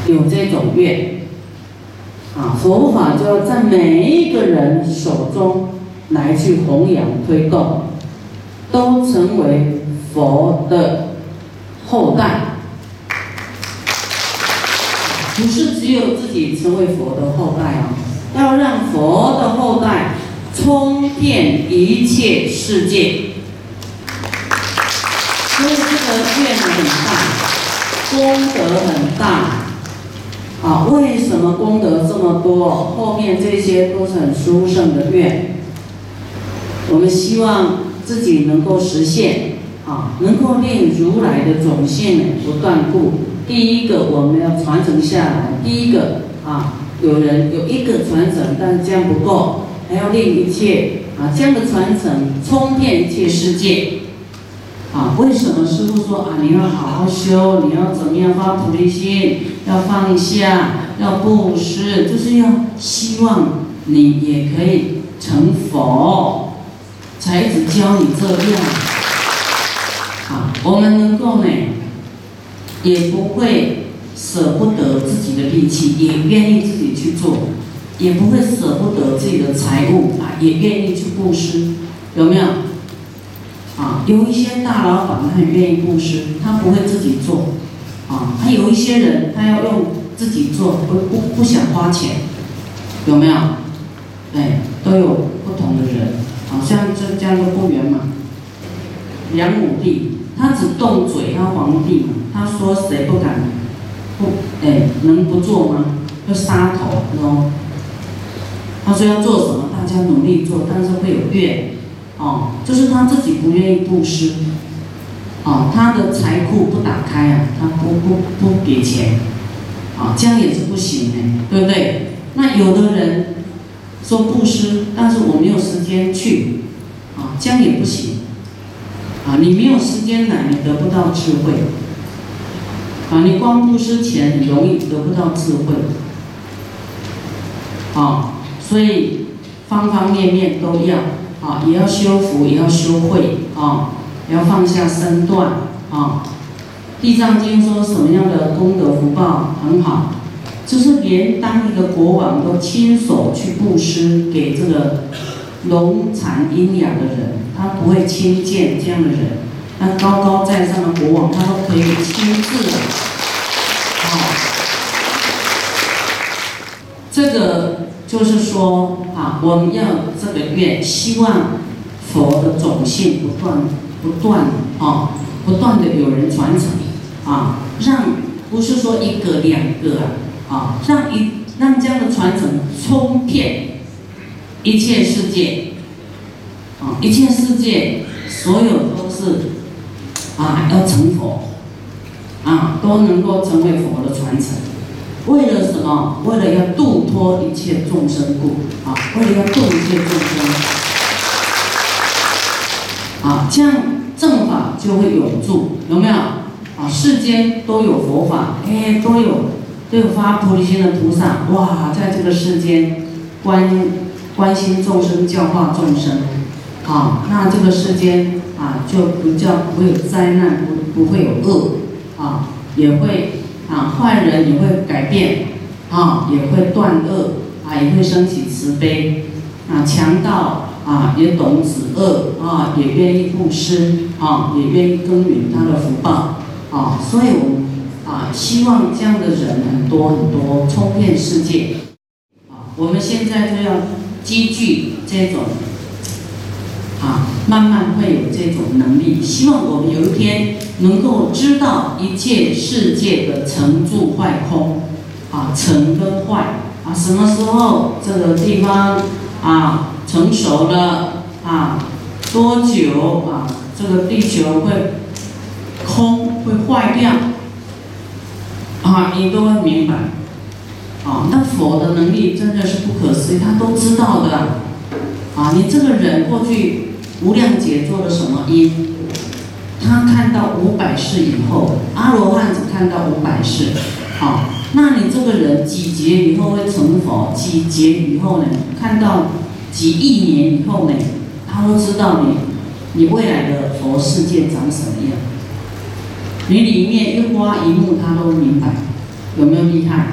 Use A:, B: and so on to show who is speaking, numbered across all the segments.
A: 有这种愿佛法就要在每一个人手中来去弘扬推动，都成为佛的后代，不是只有自己成为佛的后代要让佛的后代冲遍一切世界。所以这个愿很大，功德很大为什么功德这么多？后面这些都是很殊胜的愿，我们希望自己能够实现能够令如来的种性不断故。第一个我们要传承下来，第一个有人有一个传承，但是这样不够，还要令一切这样的传承冲遍一切世界。为什么师父说你要好好修，你要怎么样发菩提心，要放下，要布施，就是要希望你也可以成佛，才一直教你这样。我们能够也不会舍不得自己的力气，也愿意自己去做，也不会舍不得自己的财物也愿意去布施，有没有？有一些大老板他很愿意布施，他不会自己做还有一些人他要用自己做，不想花钱，有没有？都有不同的人像这样的不圆满，梁武帝他只动嘴，他皇帝嘛，他说谁不敢能不做吗？要杀头他说要做什么，大家努力做，但是会有怨就是他自己不愿意布施他的财库不打开他不给钱这样也是不行对不对？那有的人说布施，但是我没有时间去这样也不行你没有时间来，你得不到智慧你光布施钱很容易得不到智慧所以方方面面都要也要修福，也要修慧也要放下身段地藏经说什么样的功德福报很好，就是连当一个国王都亲手去布施给这个聋残阴哑的人，他不会轻贱这样的人，那高高在上的国王他都可以亲自这个就是说我们要这个愿，希望佛的种性不断的有人传承让不是说一个两个让这样的传承冲遍一切世界一切世界所有都是要成佛都能够成为佛的传承。为了什么？为了要度脱一切众生故为了要度一切众生这样正法就会永驻，有没有？世间都有佛法，都有发菩提心的菩萨，哇，在这个世间关心众生，教化众生那这个世间就不会有灾难，不会有恶也会坏人也会改变也会断恶也会升起慈悲强盗也懂止恶也愿意布施也愿意耕耘他的福报所以我们希望这样的人很多很多，冲遍世界我们现在就要积聚这种慢慢会有这种能力，希望我们有一天能够知道一切世界的成住坏空成跟坏什么时候这个地方成熟了多久这个地球会空会坏掉你都会明白那佛的能力真的是不可思议，他都知道的你这个人过去无量劫做了什么因，他看到500世以后，阿罗汉只看到500世那你这个人几劫以后会成佛，几劫以后呢，看到几亿年以后呢，他都知道你未来的佛世界长什么样，你里面一花一木他都明白有没有厉害？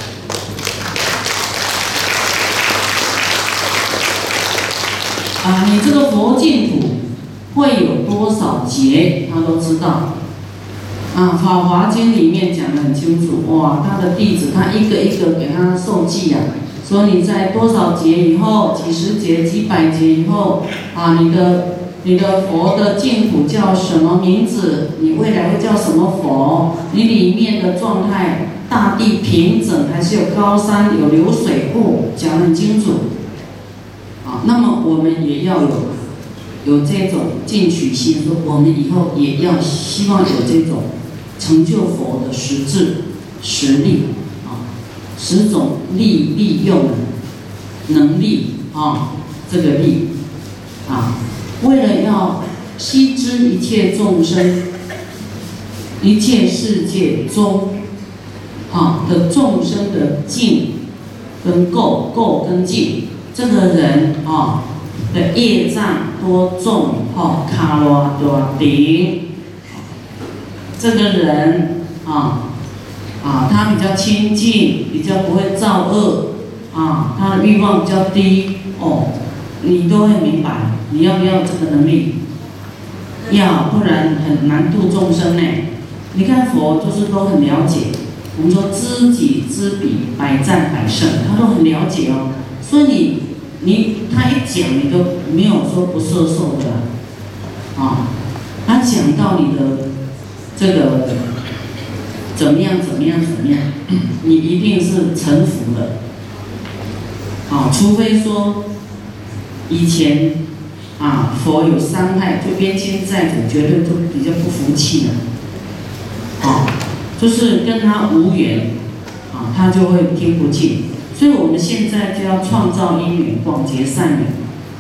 A: 啊，你这个佛净土会有多少劫，他都知道。啊，《法华经》里面讲得很清楚，哇，他的弟子他一个一个给他受记啊，说你在多少劫以后，几十劫、几百劫以后，啊，你的佛的净土叫什么名字？你未来会叫什么佛？你里面的状态，大地平整还是有高山、有流水库，讲得很清楚。啊，那么我们也要有这种进取心，说我们以后也要希望有这种成就佛的实质、实力啊，10种利用能力啊，这个力啊，为了要悉知一切众生、一切世界中啊的众生的净跟垢跟净，这个人啊的业障多重卡罗多顶。这个人他比较清净，比较不会造恶啊，他的欲望比较低哦，你都会明白，你要不要这个能力？要，不然很难度众生呢。你看佛就是都很了解，我们说知己知彼，百战百胜，他都很了解哦。所以他一讲，你都没有说不摄受的啊。他讲到你的这个怎么样，你一定是臣服的，啊，除非说以前佛有伤害，就冤亲债主绝对都比较不服气了，啊，就是跟他无缘，啊，他就会听不进。所以我们现在就要创造因缘，广结善缘，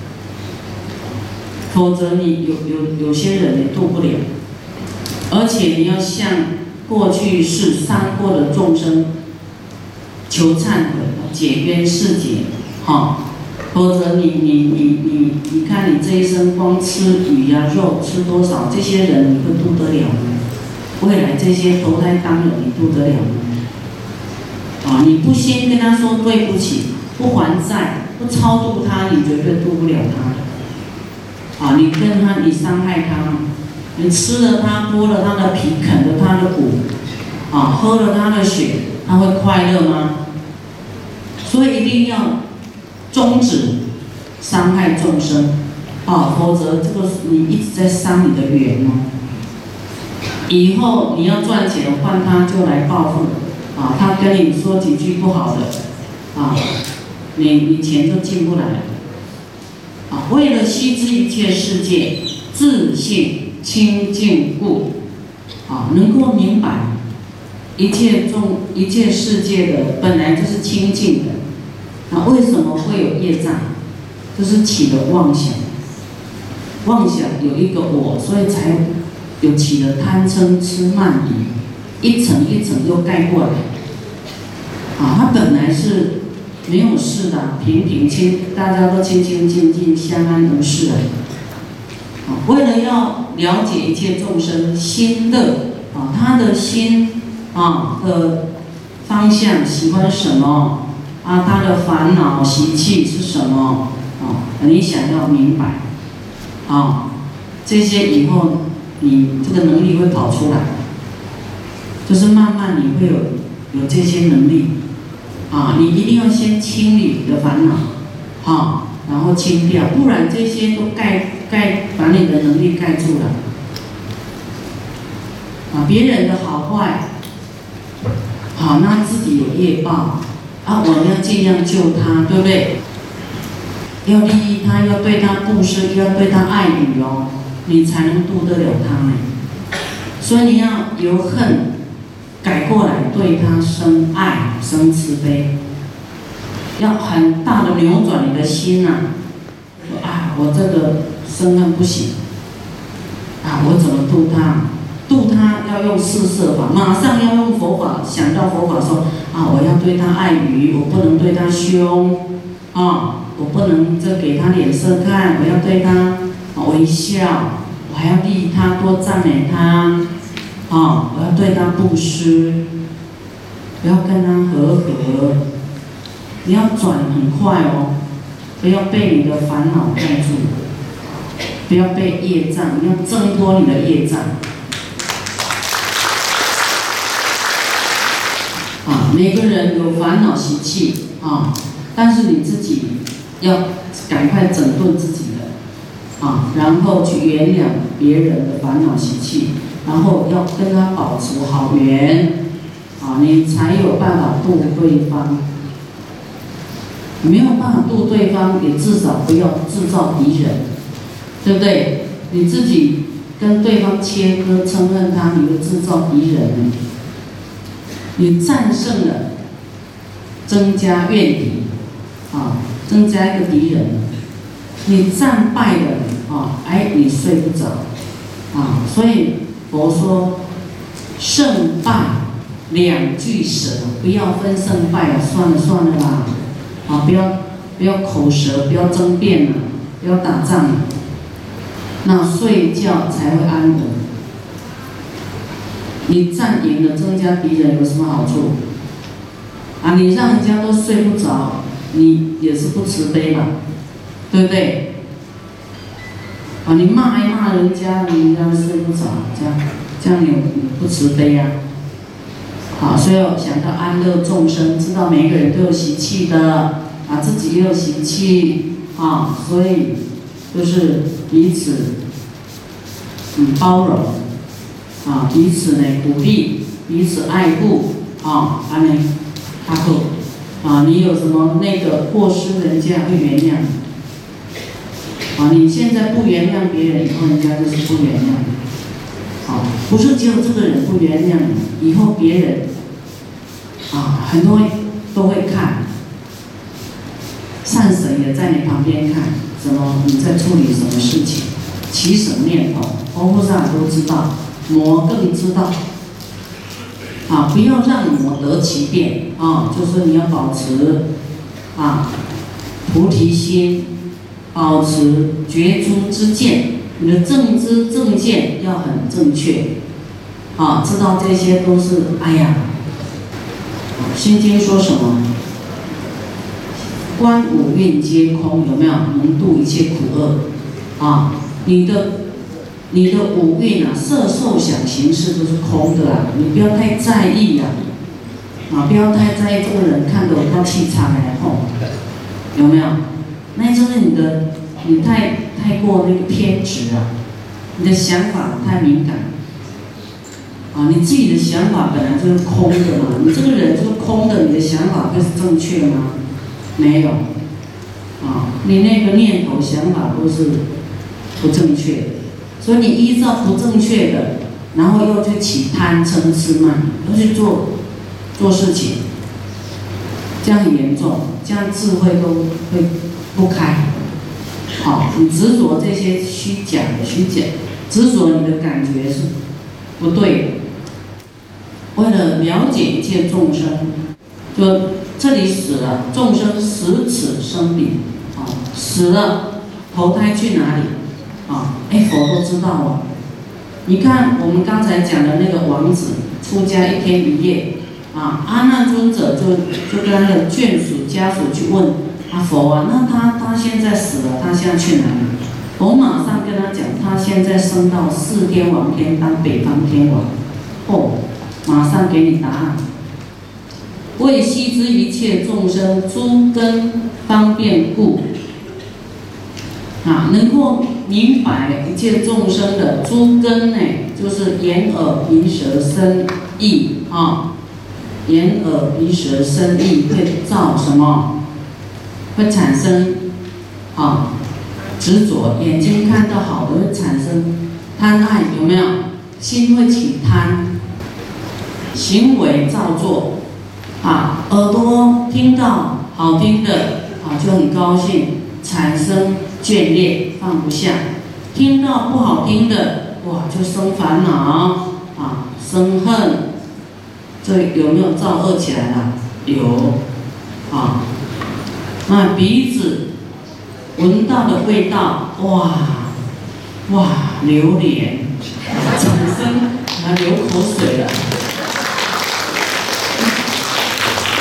A: 否则你有些人你度不了。而且你要向过去世伤过的众生求忏悔，解冤释结，否则你看你这一生光吃鱼啊肉吃多少，这些人你会度得了吗？未来这些投胎当人你度得了吗？你不先跟他说对不起，不还债，不超度他，你绝对度不了他。你跟他，你伤害他。你吃了它，剥了它的皮，啃了它的骨，喝了它的血，它会快乐吗？所以一定要终止伤害众生，否则这个你一直在伤你的缘哦。以后你要赚钱，换他就来报复，他跟你说几句不好的，你钱就进不来了。为了悉知一切世界，自性清净故，能够明白一切世界的本来就是清净的，为什么会有业障？就是起了妄想，妄想有一个我，所以才有起了贪嗔痴慢疑，一层一层又盖过来。它本来是没有事的，平平清，大家都清清净净，相安无事的。为了要了解一切众生心乐，他的心的方向喜欢什么，他的烦恼习气是什么，你想要明白，这些以后你这个能力会跑出来，就是慢慢你会有这些能力，你一定要先清理你的烦恼，然后清掉，不然这些都把你的能力盖住了。别人的好坏，那自己有业报，我们要尽量救他，对不对？要利益他，要对他布施，要对他爱语哦，你才能度得了他呢。所以你要由恨改过来，对他生爱、生慈悲，要很大的扭转你的心说我这个生恨不行，我怎么度他？度他要用四摄法，马上要用佛法，想到佛法说我要对他爱语，我不能对他凶，我不能给他脸色看，我要对他微笑，我还要利益他，多赞美他，我要对他布施， 不要跟他和合，你要转很快哦，不要被你的烦恼盖住，不要被业障，你要挣脱你的业障。每个人有烦恼习气但是你自己要赶快整顿自己的然后去原谅别人的烦恼习气，然后要跟他保持好缘你才有办法度对方。你没有办法度对方，也至少不要制造敌人，对不对？你自己跟对方切割憎恨他，你会制造敌人。你战胜了，增加怨敌增加一个敌人。你战败了你睡不着所以佛说胜败两俱舍，不要分胜败算了啦不要口舌，不要争辩了，不要打仗了，那睡觉才会安稳。你战赢了，增加敌人有什么好处你让人家都睡不着，你也是不慈悲吧，对不对你骂一骂人家，人家睡不着，这样你不慈悲所以想到安乐众生，知道每个人都有习气的自己也有习气所以就是彼此包容彼此呢鼓励，彼此爱护安尼较好你有什么那个过失，人家会原谅你现在不原谅别人，以后人家就是不原谅你不是只有这个人不原谅你，以后别人很多都会看，善神也在你旁边看，怎么你在处理什么事情，起什么念头，佛菩萨都知道，魔更知道不要让魔得其便就是你要保持菩提心，保持觉诸之见，你的正知正见要很正确知道这些都是心经说什么？观五蕴皆空，有没有？能度一切苦厄你的五蕴色受想行识都是空的你不要太在意不要太在意这个人看得我到气场有没有？那就是你太过那个偏执你的想法太敏感你自己的想法本来就是空的嘛，你这个人就是空的，你的想法会是正确吗？没有你那个念头想法都是不正确的，所以你依照不正确的，然后又去起贪嗔痴慢，又去做事情，这样很严重，这样智慧都会不开你执着这些虚假，执着你的感觉是不对的。为了了解一切众生，就这里死了，众生死此生彼死了投胎去哪里佛都知道你看我们刚才讲的那个王子出家1天1夜阿难尊者就跟他的眷属家属去问佛那他现在死了，他现在去哪里？佛马上跟他讲，他现在升到4天王天当北方天王马上给你答案。为悉知一切众生诸根方便故能够明白一切众生的诸根就是眼耳鼻舌身意眼耳鼻舌身意会造什么？会产生执着，眼睛看到好的会产生贪爱，有没有？心会起贪，行为造作耳朵听到好听的就很高兴，产生眷恋，放不下；听到不好听的就生烦恼生恨。这有没有造恶起来了？有那鼻子闻到的味道，榴莲，产生流口水了。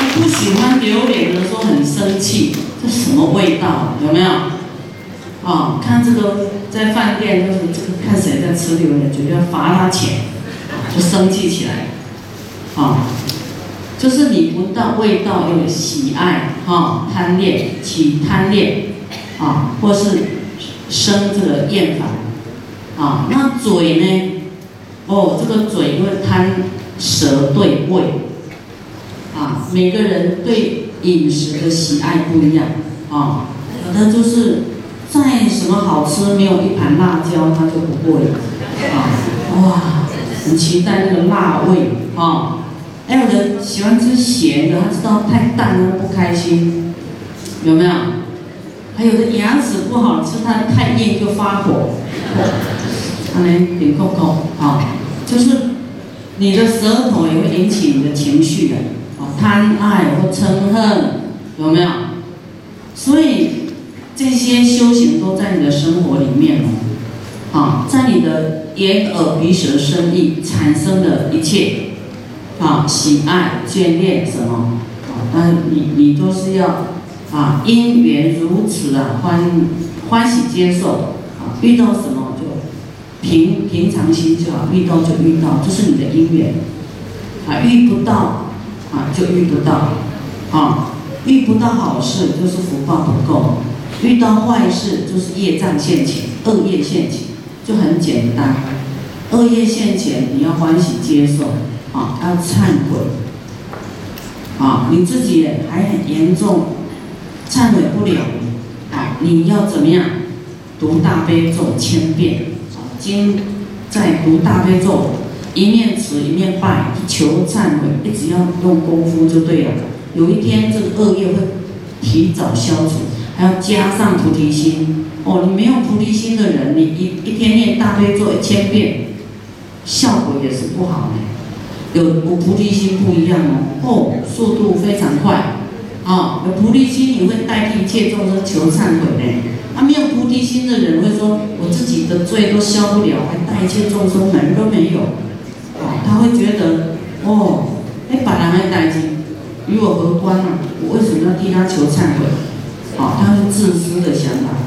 A: 不喜欢榴莲的时候很生气，这什么味道？有没有？哦，看这个在饭店就是这个看谁在吃榴莲，觉得要罚他钱，就生气起来。啊，就是你闻到味道有喜爱，贪恋，起贪恋，或是生这个厌烦，那嘴呢？这个嘴因为贪舌对味，每个人对饮食的喜爱不一样，有的就是再什么好吃，没有一盘辣椒他就不过瘾，哇，很期待那个辣味，还有人喜欢吃咸的，他知道太淡了不开心，有没有？还有的牙齿不好吃，他太硬就发火，他呢顶扣扣，就是你的舌头也会引起你的情绪的，贪爱或嗔恨，有没有？所以这些修行都在你的生活里面在你的眼耳鼻舌身意产生的一切。喜爱、眷恋什么？但你都是要因缘如此欢喜接受遇到什么就平常心就好，遇到就遇到，这是你的因缘遇不到就遇不到遇不到好事就是福报不够，遇到坏事就是业障现前，恶业现前，就很简单。恶业现前，你要欢喜接受。要忏悔，你自己还很严重，忏悔不了，你要怎么样？读大悲咒1000遍，经在读大悲咒，一面持一面拜，求忏悔，一直要用功夫就对了。有一天这个恶业会提早消除，还要加上菩提心。你没有菩提心的人，你一天念大悲咒1000遍，效果也是不好的。有菩提心不一样速度非常快，有菩提心你会代替一切众生求忏悔呢。没有菩提心的人会说，我自己的罪都消不了，还带一切众生门都没有，他会觉得别人的代志与我何关啊？我为什么要替他求忏悔？他是自私的想法。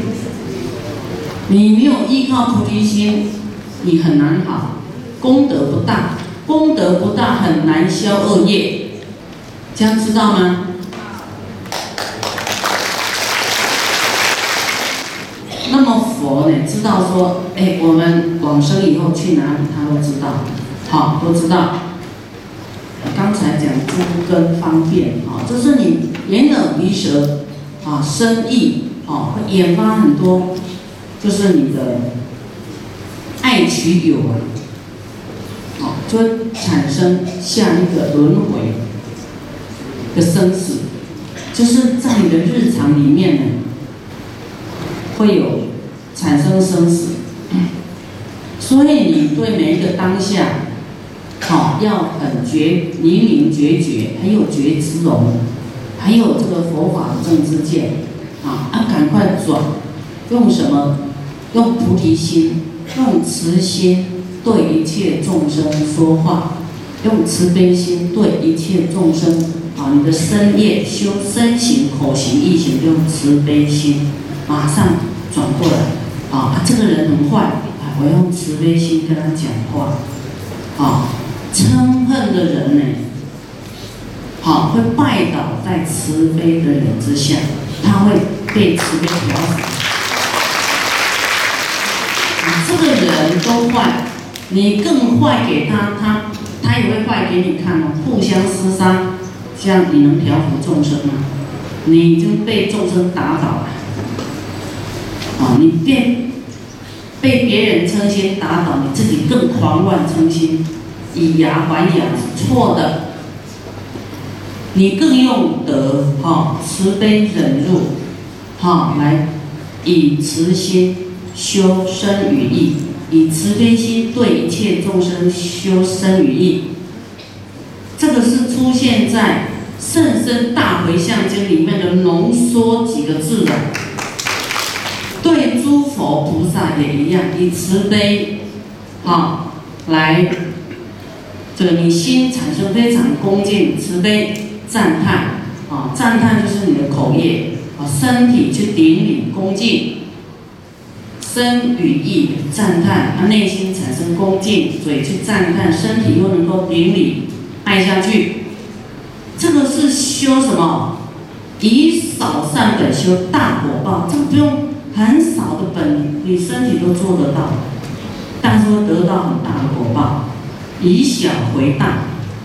A: 你没有依靠菩提心，你很难好，功德不大。功德不大，很难消恶业，这样知道吗？那么佛呢，知道说，我们往生以后去哪里，他都知道，都知道。刚才讲诸根方便，就是你眼耳鼻舌身意，会研发很多，就是你的爱取有就会产生下一个轮回的生死，就是在你的日常里面呢，会有产生生死。所以你对每一个当下，要很明明觉觉，很有觉知还有这个佛法的正知见，赶快转，用什么？用菩提心，用慈心。对一切众生说话，用慈悲心对一切众生你的身业修身行、口行、意行，用慈悲心，马上转过来这个人很坏我用慈悲心跟他讲话嗔恨的人呢会拜倒在慈悲的人之下，他会被慈悲调伏。这个人都坏，你更坏给他，他也会坏给你看互相厮杀，这样你能调伏众生吗？你已经被众生打倒了，你被别人嗔心打倒，你自己更狂乱嗔心，以牙还牙是错的。你更用德慈悲忍辱来以慈心修身语意。以慈悲心对一切众生修身语意，这个是出现在《甚深大回向经》里面的浓缩几个字对诸佛菩萨也一样，以慈悲来这个你心产生非常恭敬慈悲赞叹啊，赞叹就是你的口业啊，身体去顶礼恭敬，身语意赞叹，啊，内心产生恭敬，嘴去赞叹，身体又能够顶礼爱下去，这个是修什么？以少善本修大果报，这个不用很少的本，你身体都做得到，但是会得到很大的果报，以小回大，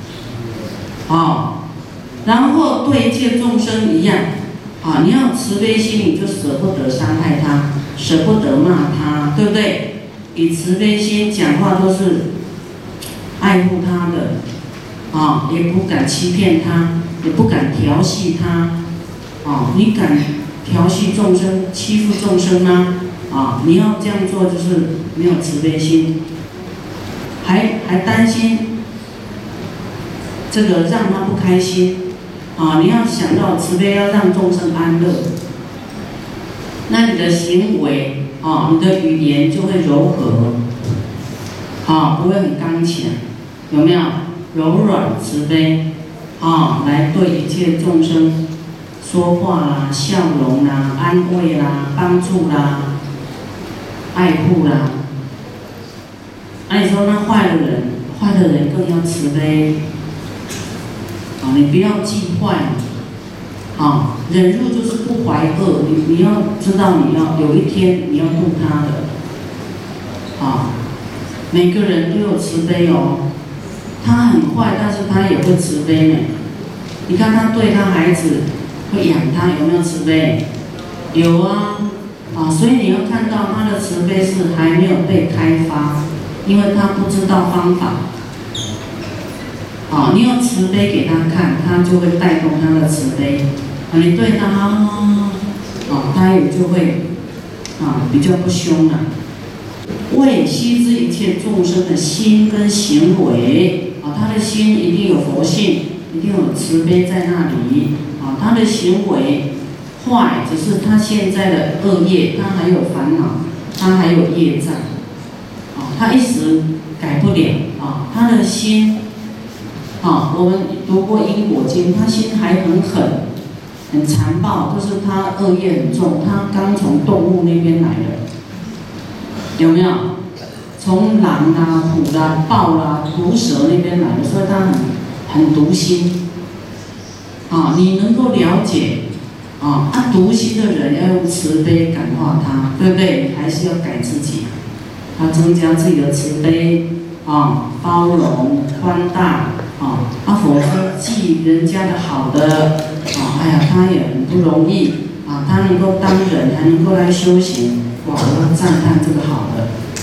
A: 然后对一切众生一样，你要慈悲心，你就舍不得伤害他，舍不得骂他，对不对？以慈悲心讲话都是爱护他的，也不敢欺骗他，也不敢调戏他。你敢调戏众生、欺负众生吗？你要这样做就是没有慈悲心，还担心这个让他不开心，你要想到慈悲要让众生安乐，那你的行为，你的语言就会柔和，不会很刚强，有没有？柔软慈悲，来对一切众生说话啦、笑容啦、安慰啦、帮助啦、爱护啦。你说那坏的人更要慈悲，你不要记坏，忍辱就是不怀恶，你要知道你要有一天你要度他的，每个人都有慈悲哦，他很坏，但是他也会慈悲呢。你看他对他孩子。会养他，有没有慈悲？有啊，所以你要看到他的慈悲是还没有被开发，因为他不知道方法。你有慈悲给他看，他就会带动他的慈悲。你对他，他也就会比较不凶了。为悉知一切众生的心跟行为，他的心一定有佛性，一定有慈悲在那里。他的行为坏，只是他现在的恶业，他还有烦恼，他还有业障，他一时改不了，他的心，我们读过因果经，他心还很狠，很残暴，就是他恶业很重，他刚从动物那边来的，有没有？从狼啦、虎啦、豹啦、毒蛇那边来的，所以他很毒心。你能够了解，毒心的人要用慈悲感化他，对不对？还是要改自己，要增加自己的慈悲，包容、宽大，否则记人家的好的，他也很不容易，他能够当人，还能够来修行，我要赞叹这个好的。